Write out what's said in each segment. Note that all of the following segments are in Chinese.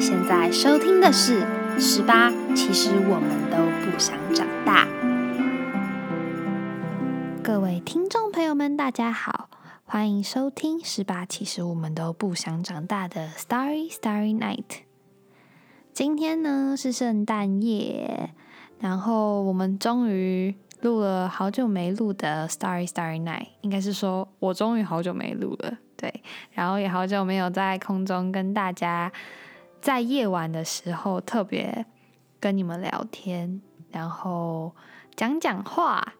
现在收听的是18，其实我们都不想长大。各位听众朋友们，大家好，欢迎收听18，其实我们都不想长大的 Starry Starry Night。今天呢是圣诞夜，然后我们终于录了好久没录的 Starry Starry Night， 应该是说我终于好久没录了，对，然后也好久没有在空中跟大家在夜晚的时候特别跟你们聊天，然后讲讲话，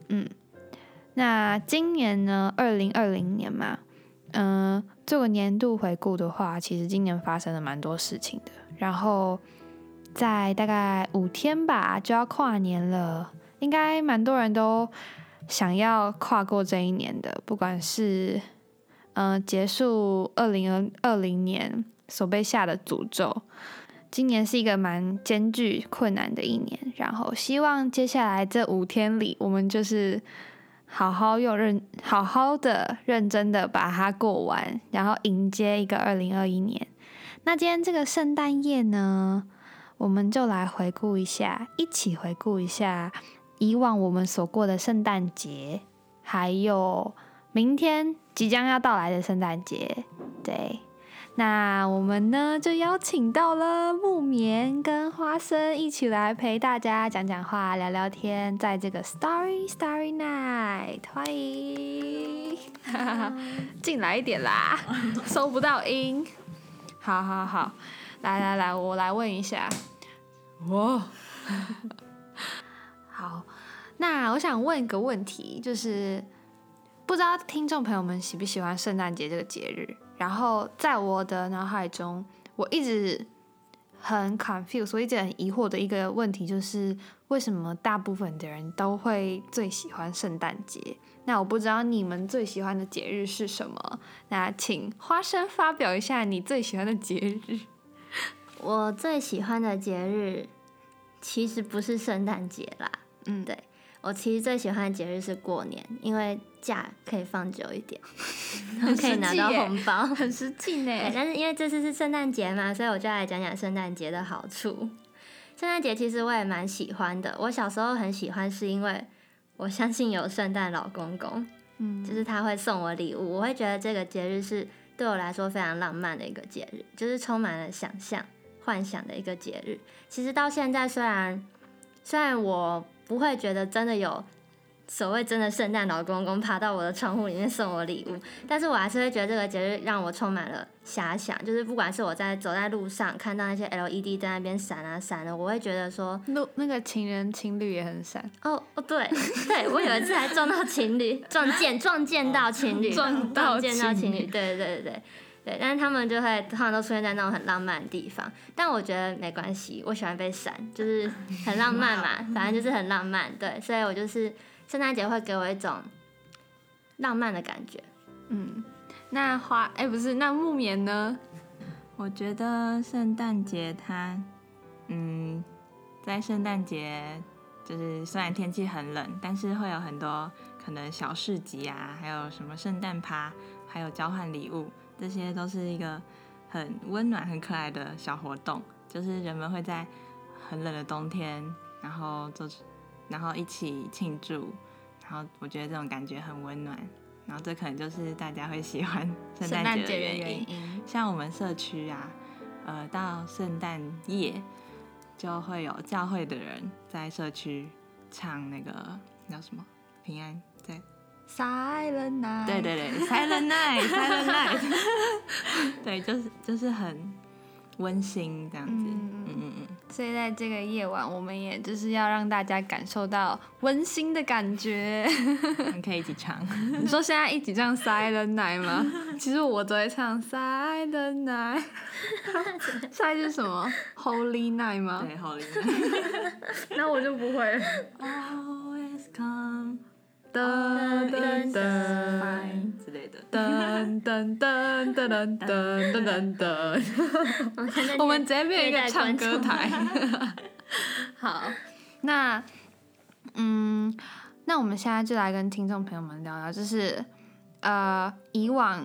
那今年呢，2020年嘛，做个年度回顾的话，其实今年发生了蛮多事情的。然后在大概5天吧，就要跨年了，应该蛮多人都想要跨过这一年的，不管是结束2020年所被下的诅咒。今年是一个蛮艰巨困难的一年，然后希望接下来这5天里，我们就是好好的认真的把它过完，然后迎接一个2021年。那今天这个圣诞夜呢，我们就来一起回顾一下以往我们所过的圣诞节，还有明天即将要到来的圣诞节。对，那我们呢就邀请到了木棉跟花生一起来陪大家讲讲话、聊聊天，在这个 Starry Starry Night， 欢迎，进来一点啦，收不到音。好，来，我来问一下。哇，好，那我想问一个问题，就是不知道听众朋友们喜不喜欢圣诞节这个节日？然后在我的脑海中，我一直很 confused， 我一直很疑惑的一个问题就是，为什么大部分的人都会最喜欢圣诞节？那我不知道你们最喜欢的节日是什么？那请花生发表一下你最喜欢的节日。 我最喜欢的节日其实不是圣诞节啦，对，我其实最喜欢的节日是过年，因为假可以放久一点，可以拿到红包， 很实际呢。 但是因为这次是圣诞节嘛，所以我就来讲讲圣诞节的好处。圣诞节其实我也蛮喜欢的，我小时候很喜欢，是因为我相信有圣诞老公公，就是他会送我礼物，我会觉得这个节日是对我来说非常浪漫的一个节日，就是充满了想象、幻想的一个节日。其实到现在，虽然我不会觉得真的有所谓真的圣诞老公公爬到我的窗户里面送我礼物，但是我还是会觉得这个节日让我充满了遐想，就是不管是我走在路上看到那些 LED 在那边闪啊闪的，我会觉得说那个情侣也很闪对，我有一次还撞到情侣，撞见到情侣，对，但是他们就会通常都出现在那种很浪漫的地方，但我觉得没关系，我喜欢被闪，就是很浪漫嘛，反正就是很浪漫，对，所以我就是圣诞节会给我一种浪漫的感觉。 那那木棉呢？ 我觉得圣诞节它，在圣诞节就是虽然天气很冷，但是会有很多可能小市集啊，还有什么圣诞趴，还有交换礼物，这些都是一个很温暖、很可爱的小活动。就是人们会在很冷的冬天，然后一起庆祝，然后我觉得这种感觉很温暖。然后这可能就是大家会喜欢圣诞节的原因。像我们社区啊，到圣诞夜就会有教会的人在社区唱那个叫什么平安在 Silent Night， 对Silent Night 对，就是很温馨这样子。 所以在这个夜晚，我们也就是要让大家感受到温馨的感觉。 我们可以一起唱。 你说现在一起唱 Silent Night 吗？其实我都会唱 Silent Night。下一句是什么 ？Holy Night 吗？ 对 ，Holy Night。 那我就不会。 Always come。 噔噔噔之类的， 噔噔噔噔噔噔。我们直接变一个唱歌台。好，那我们现在就来跟听众朋友们聊聊，就是以往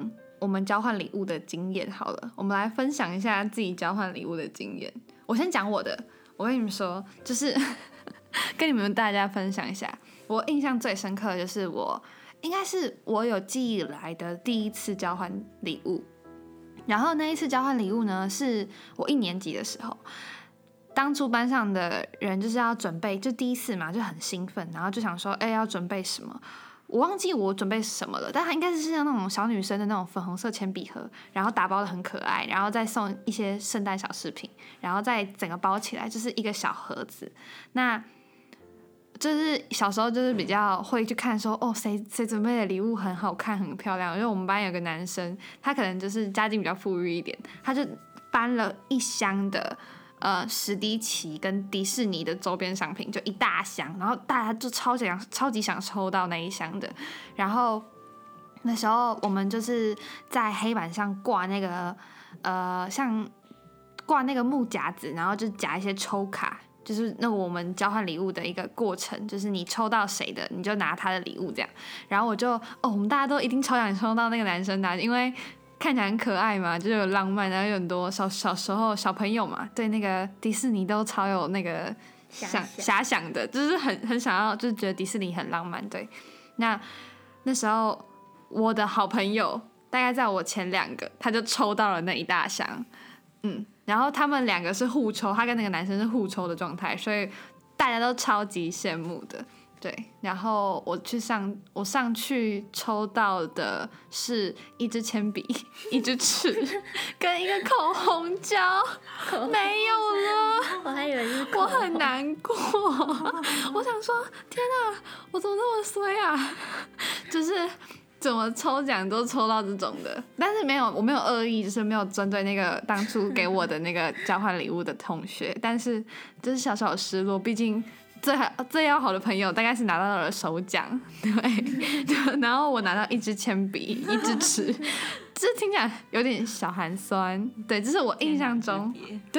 我们交换礼物的经验好了，我们来分享一下自己交换礼物的经验。我先讲我的，我跟你们说，就是跟你们大家分享一下，我印象最深刻的就是应该是我有记忆以来的第一次交换礼物。然后那一次交换礼物呢，是我1年级的时候。当初班上的人就是要准备，就第一次嘛，就很兴奋，然后就想说，要准备什么？我忘记我准备什么了，但它应该是像那种小女生的那种粉红色铅笔盒，然后打包的很可爱，然后再送一些圣诞小饰品，然后再整个包起来，就是一个小盒子。那就是小时候就是比较会去看说，谁准备的礼物很好看很漂亮。因为我们班有个男生，他可能就是家境比较富裕一点，他就搬了一箱的史迪奇跟迪士尼的周边商品，就一大箱，然后大家就超级想抽到那一箱的。然后那时候我们就是在黑板上挂那个像挂那个木夹子，然后就夹一些抽卡，就是那我们交换礼物的一个过程，就是你抽到谁的，你就拿他的礼物这样。然后我们大家都一定超想抽到那个男生的，因为看起来很可爱嘛，就是有浪漫，然后有很多小时候小朋友嘛，对那个迪士尼都超有那个遐想的，就是很想要，就是觉得迪士尼很浪漫。对，那时候我的好朋友大概在我前2个，他就抽到了那一大箱，然后他们2个是互抽，他跟那个男生是互抽的状态，所以大家都超级羡慕的。对，然后我上去抽到的是一支铅笔、一支尺跟一个口红胶，没有了。 我还以为是口红， 我很难过。我想说，天哪，我怎么那么衰啊？就是怎么抽奖都抽到这种的，但是我没有恶意，就是没有针对那个当初给我的那个交换礼物的同学，但是就是小小的失落，毕竟。最要好的朋友大概是拿到了首奖，对，然后我拿到一支铅笔、一支尺，这听起来有点小寒酸。对，这是我印象中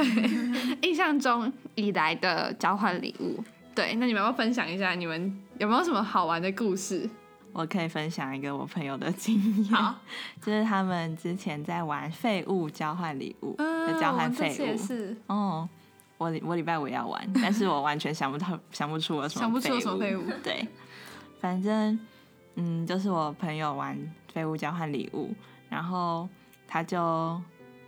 以来的交换礼物。对，那你们要不要分享一下你们有没有什么好玩的故事？ 我可以分享一个我朋友的经验， 好， 就是他们之前在玩废物交换礼物，交换废物。 这次也是我礼拜5要玩，但是我完全想不出有什么废物。对，反正就是我朋友玩废物交换礼物，然后他就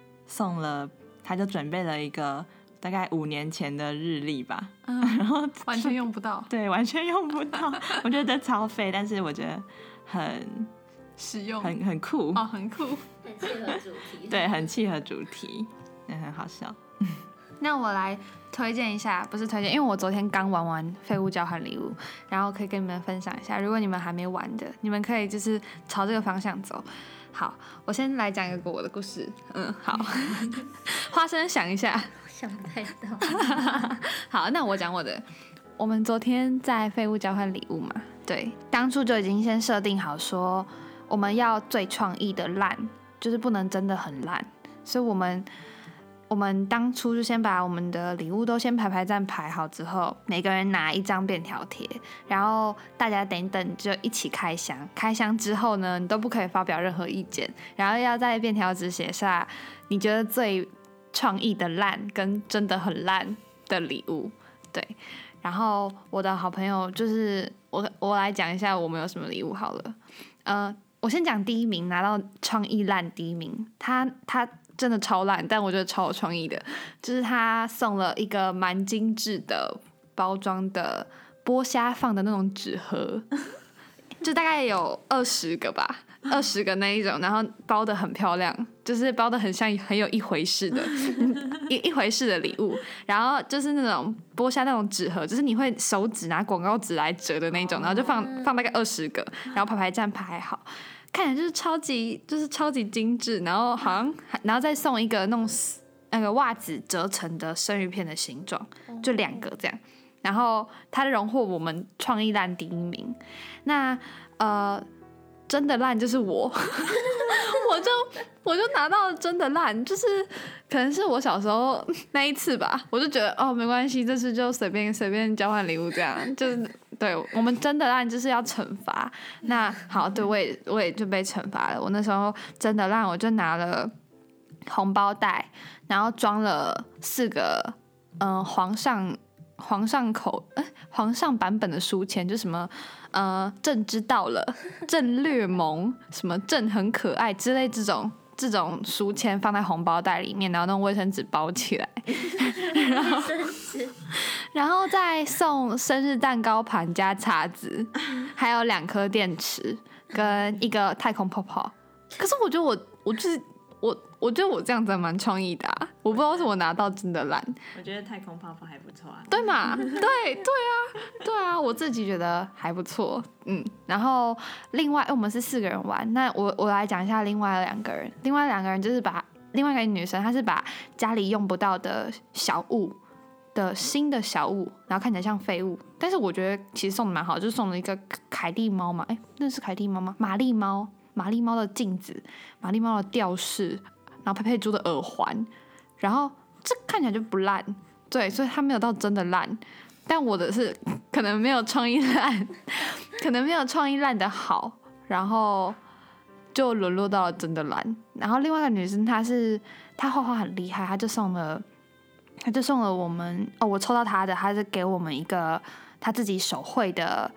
准备了一个大概5年前的日历吧，然后完全用不到， 对，完全用不到。我觉得超废，但是我觉得很实用， 很酷很酷， 很契合主题。 对，很契合主题，也很好笑。 那我来推荐一下，不是推荐，因为我昨天刚玩完废物交换礼物，然后可以跟你们分享一下。如果你们还没玩的，你们可以就是朝这个方向走。好，我先来讲一个我的故事。好，花生想一下， 想不太到。 好，那我讲我的。我们昨天在废物交换礼物嘛，对，当初就已经先设定好说，我们要最创意的烂，就是不能真的很烂，所以我们当初就先把我们的礼物都先排站排好之后，每个人拿1张便条贴，然后大家等就一起开箱。开箱之后呢，你都不可以发表任何意见，然后要在便条纸写下你觉得最创意的烂跟真的很烂的礼物。对，然后我的好朋友就是我来讲一下我们有什么礼物好了。我先讲第1名，拿到创意烂第1名，他真的超烂，但我觉得超有创意的，就是他送了一个蛮精致的包装的剥虾放的那种纸盒，就大概有20个吧，20个那一种，然后包的很漂亮，就是包的很像很有一回事的一回事的礼物，然后就是那种剥虾那种纸盒，就是你会手指拿广告纸来折的那种，然后就放大概20个，然后排站排好。看起来就是超级精致，然后然后再送一个那个袜子折成的生鱼片的形状，就2个这样。然后它荣获我们创意烂第1名。那真的烂就是我我就拿到真的烂，就是可能是我小时候那一次吧，我就觉得哦没关系，这次就随便交换礼物这样，就是对我们真的烂就是要惩罚。那好，对我也就被惩罚了。我那时候真的烂，我就拿了红包袋，然后装了4个皇上版本的书签，就什么朕知道了，朕略萌，什么朕很可爱之类这种书签放在红包袋里面，然后用卫生纸包起来，然后再送生日蛋糕盘加叉子，还有2颗电池跟一个太空泡泡。可是我觉得我觉得我这样子还蛮创意的啊，我不知道为什么拿到真的烂。 我觉得太空泡泡还不错啊。 对嘛？对啊，我自己觉得还不错。然后另外我们是4个人玩，那我来讲一下另外2个人。另外2个人就是把另外一个女生，她是把家里用不到的小物的新的小物，然后看起来像废物，但是我觉得其实送的蛮好，就是送了一个凯蒂猫嘛，那是凯蒂猫吗？玛丽猫的镜子，玛丽猫的吊饰，然后佩佩猪的耳环，然后这看起来就不烂，对，所以它没有到真的烂，但我的是可能没有创意烂，可能没有创意烂的好，然后就沦落到了真的烂。然后另外一个女生她画画很厉害，她就送了我们我抽到她的，她是给我们一个她自己手绘的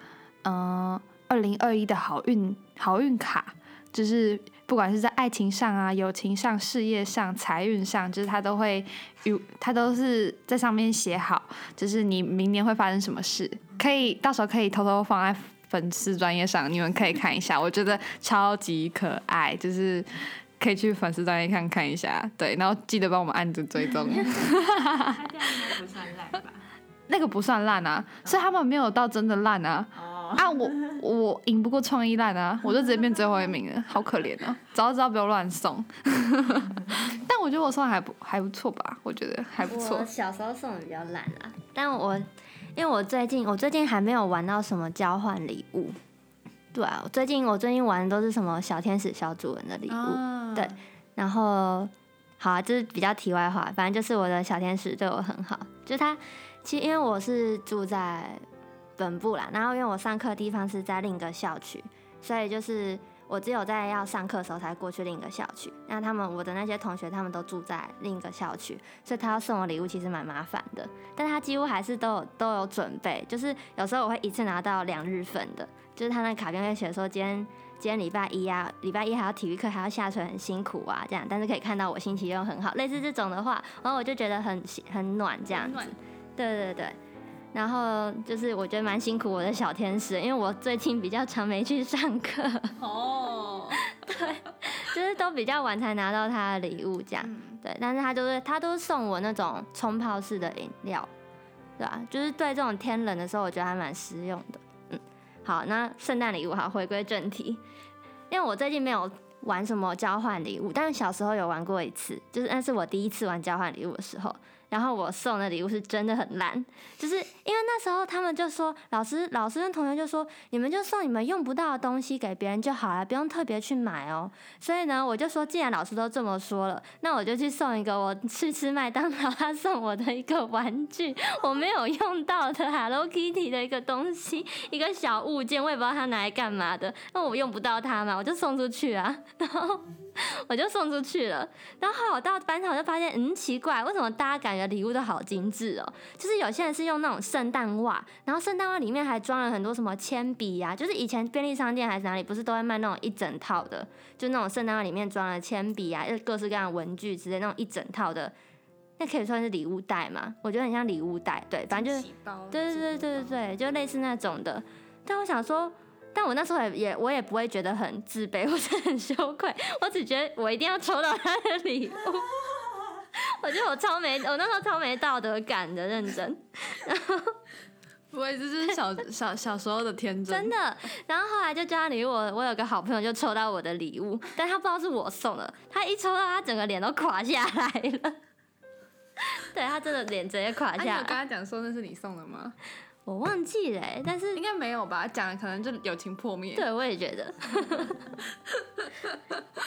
2021的好运卡。就是不管是在爱情上啊、友情上、事业上、财运上，就是他都是在上面写好，就是你明年会发生什么事，到时候可以偷偷放在粉丝专页上，你们可以看一下，我觉得超级可爱，就是可以去粉丝专页看一下，对，然后记得帮我们按着追踪。 他这样应该不算烂吧？ 那个不算烂啊，所以他们没有到真的烂啊。我赢不过创意烂啊，我就直接变最后一名了，好可怜啊！早知道不要乱送。但我觉得我送的还不错吧，我觉得还不错。 我小时候送的比较烂啦，但因为我最近还没有玩到什么交换礼物。对啊，我最近玩的都是什么小天使、小主人的礼物。对，然后好啊，就是比较题外话，反正就是我的小天使对我很好，就是他其实因为我是住在本部啦，然后因为我上课的地方是在另一个校区，所以就是我只有在要上课的时候才过去另一个校区。那我的那些同学他们都住在另一个校区，所以他要送我礼物其实蛮麻烦的。但他几乎还是都有准备，就是有时候我会一次拿到2日份的，就是他那卡片会写说今天礼拜一啊，礼拜一还要体育课，还要下水，很辛苦啊，这样。但是可以看到我心情又很好，类似这种的话，然后我就觉得很暖这样子。对。然后就是我觉得蛮辛苦我的小天使，因为我最近比较常没去上课。对，就是都比较晚才拿到他的礼物这样。对，但是他都送我那种冲泡式的饮料，对吧？就是对这种天冷的时候，我觉得还蛮实用的。好，那圣诞礼物好，回归正题，因为我最近没有玩什么交换礼物，但是小时候有玩过一次，就是那是我第一次玩交换礼物的时候。然后我送的礼物是真的很烂，就是因为那时候他们就说，老师跟同学就说，你们就送你们用不到的东西给别人就好了，不用特别去买哦。所以呢，我就说，既然老师都这么说了，那我就去送一个我去吃麦当劳他送我的一个玩具，我没有用到的 Hello Kitty 的一个东西，一个小物件，我也不知道它拿来干嘛的，那我用不到它嘛，我就送出去啊，然后我就送出去了。然后后来我到班上我就发现，奇怪，为什么大家感觉礼物都好精致哦？就是有些人是用那种圣诞袜，然后圣诞袜里面还装了很多什么铅笔啊，就是以前便利商店还是哪里不是都会卖那种一整套的，就那种圣诞袜里面装了铅笔啊，各式各样的文具之类那种一整套的，那可以算是礼物袋嘛？我觉得很像礼物袋，对，反正就是对，就类似那种的。但我想说。但我那时候我也不会觉得很自卑或者很羞愧，我只觉得我一定要抽到他的礼物。我觉得我那时候超没道德感的，认真。然后不会，这就是小时候的天真， 真的。然后后来就交换礼物，我有个好朋友就抽到我的礼物，但他不知道是我送的，他一抽到他整个脸都垮下来了。对，他真的脸直接垮下来。 你有跟他讲说那是你送的吗？ 我忘记了但是应该没有吧？讲了可能就友情破灭。 对，我也觉得。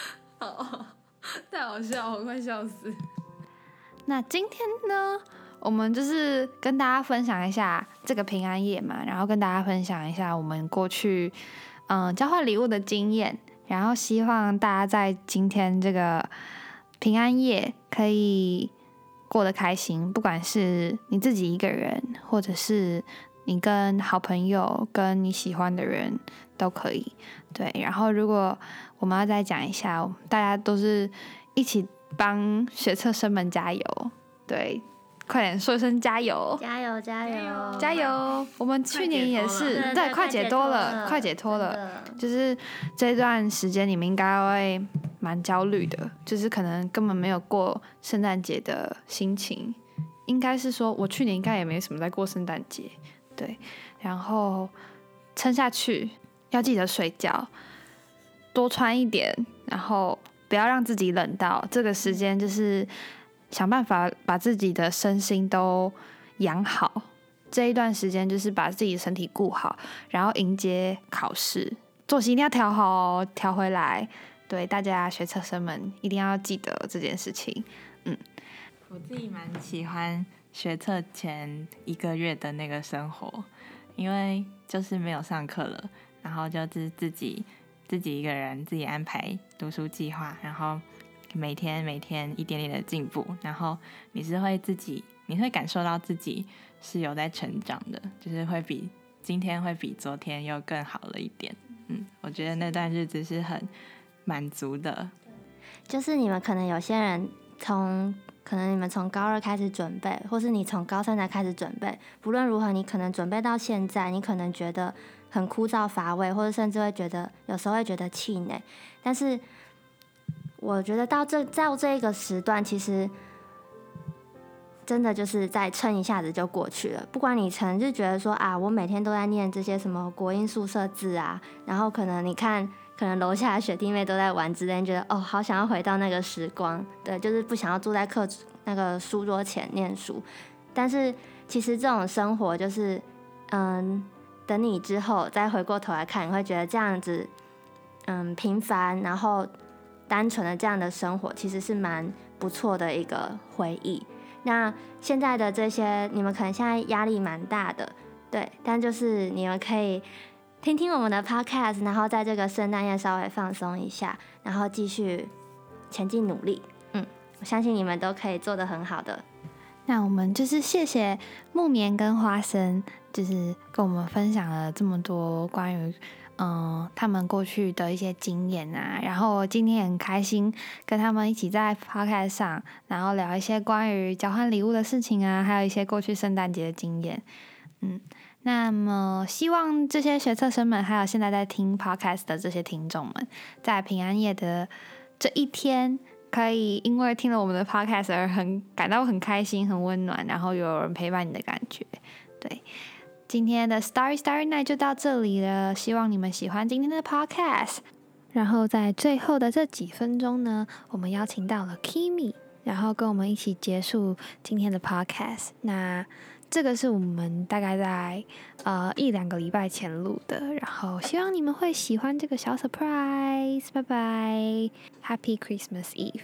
太好笑，我快笑死。 那今天呢，我们就是跟大家分享一下这个平安夜嘛，然后跟大家分享一下我们过去交换礼物的经验，然后希望大家在今天这个平安夜可以过得开心，不管是你自己一个人，或者是你跟好朋友、跟你喜欢的人都可以。对，然后如果我们要再讲一下，大家都是一起帮学测生们加油，对，快点说一声加油， 加油加油加油！我们去年也是，对，快解脱了，快解脱了。就是这段时间你们应该会蛮焦虑的，就是可能根本没有过圣诞节的心情，应该是说我去年应该也没什么在过圣诞节，对，然后撑下去，要记得睡觉，多穿一点，然后不要让自己冷到。这个时间就是想办法把自己的身心都养好。这一段时间就是把自己的身体顾好，然后迎接考试。作息一定要调好哦，调回来。对，大家学测生们一定要记得这件事情。 我自己蛮喜欢学测前1个月的那个生活，因为就是没有上课了，然后就是自己一个人自己安排读书计划，然后每天一点点的进步，然后你会感受到自己是有在成长的，就是今天会比昨天又更好了一点。我觉得那段日子是很满足的。 就是你们可能有些人可能你们从高2开始准备，或是你从高3才开始准备，不论如何你可能准备到现在，你可能觉得很枯燥乏味，或者甚至有时候会觉得气馁，但是我觉得到这一个时段，其实真的就是再撑一下子就过去了。不管你曾就觉得说啊，我每天都在念这些什么国英数社字啊，然后可能你看可能楼下的学弟妹都在玩之类，你觉得哦，好想要回到那个时光，对，就是不想要坐在那个书桌前念书。但是其实这种生活就是等你之后再回过头来看，你会觉得这样子平凡然后单纯的这样的生活其实是蛮不错的一个回忆。那现在的这些你们可能现在压力蛮大的，对，但就是你们可以听听我们的 podcast， 然后在这个圣诞夜稍微放松一下，然后继续前进努力。我相信你们都可以做得很好的。 那我们就是谢谢木棉跟花生，就是跟我们分享了这么多关于他们过去的一些经验啊，然后今天很开心跟他们一起在 podcast 上，然后聊一些关于交换礼物的事情啊，还有一些过去圣诞节的经验。那么希望这些学测生们，还有现在在听 podcast 的这些听众们，在平安夜的这一天，可以因为听了我们的 podcast 而感到很开心、很温暖，然后有人陪伴你的感觉。对，今天的 Starry Night 就到这里了，希望你们喜欢今天的 podcast。然后在最后的这几分钟呢，我们邀请到了 Kimi， 然后跟我们一起结束今天的 podcast。那这个是我们大概在1-2个礼拜前录的，然后希望你们会喜欢这个小 surprise。拜拜 ，Happy Christmas Eve。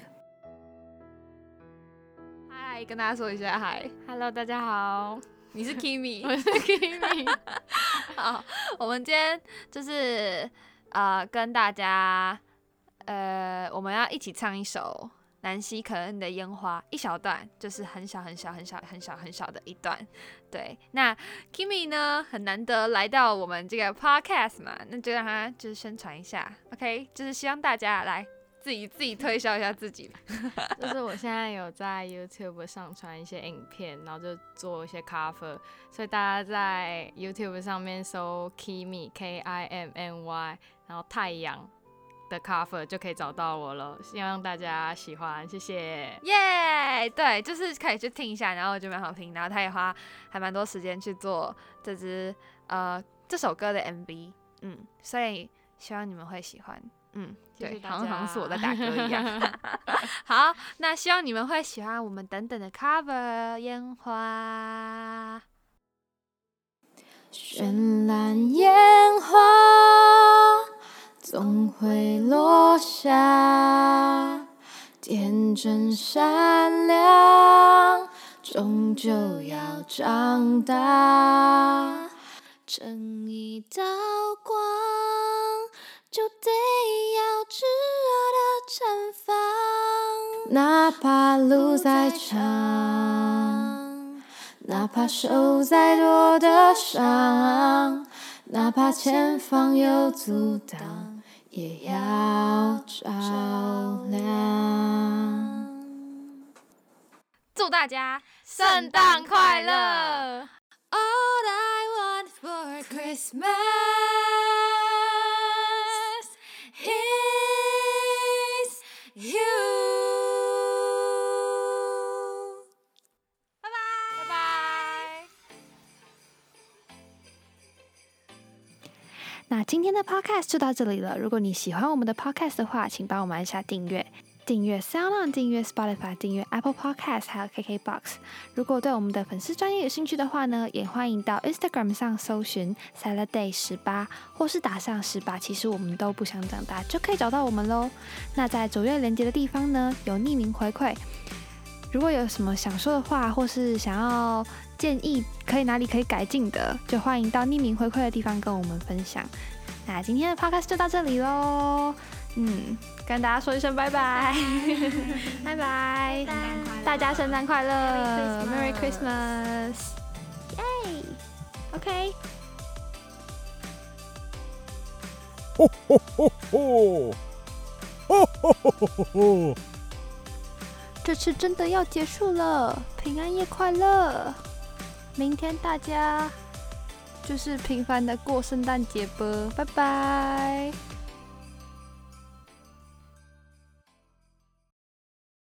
嗨，跟大家说一下嗨 ，Hello， 大家好， 你是 Kimi， 我是 Kimi。 好，我们今天就是跟大家我们要一起唱一首南希可恩的烟花，一小段，就是很小的一段。对，那 Kimi 呢很难得来到我们这个 podcast 嘛，那就让他就是宣传一下 ，OK， 就是希望大家来自己推销一下自己。 就是我现在有在 YouTube 上传一些影片，然后就做一些 cover， 所以大家在 YouTube 上面搜 Kimi Kimmy， 然后太阳的 cover 就可以找到我了，希望大家喜欢，谢谢。 耶，对，就是可以去听一下，然后我觉得蛮好听，然后他也还蛮多时间去做这首歌的 MV， 所以希望你们会喜欢。对，好像是我在打歌一样。好，那希望你们会喜欢我们等等的 cover 烟花。绚烂烟花总会落下。天真善良，终究要长大。正义刀光，就得要炙热的绽放。哪怕路再长，哪怕受再多的伤，哪怕前方有阻挡，也要照亮。 祝大家圣诞快乐！ All I want for Christmas is you。 拜拜。 那今天的 podcast 就到这里了。如果你喜欢我们的 podcast 的话，请帮我们按下订阅。订阅 SoundOn， 订阅 Spotify， 订阅 Apple Podcast， 还有 KKBox。如果对我们的粉丝专页有兴趣的话呢，也欢迎到 Instagram 上搜寻 Saturday18， 或是打上18，其实我们都不想长大，就可以找到我们咯。那在左右连结的地方呢，有匿名回馈。如果有什么想说的话，或是想要建议哪里可以改进的，就欢迎到匿名回馈的地方跟我们分享。那今天的 podcast 就到这里咯。跟大家说一声拜拜，拜拜，大家圣诞快乐 ，Merry Christmas， 耶 ，OK， 吼吼吼吼，吼吼吼吼吼， 这次真的要结束了，平安夜快乐！明天大家就是平凡的过圣诞节吧，拜拜。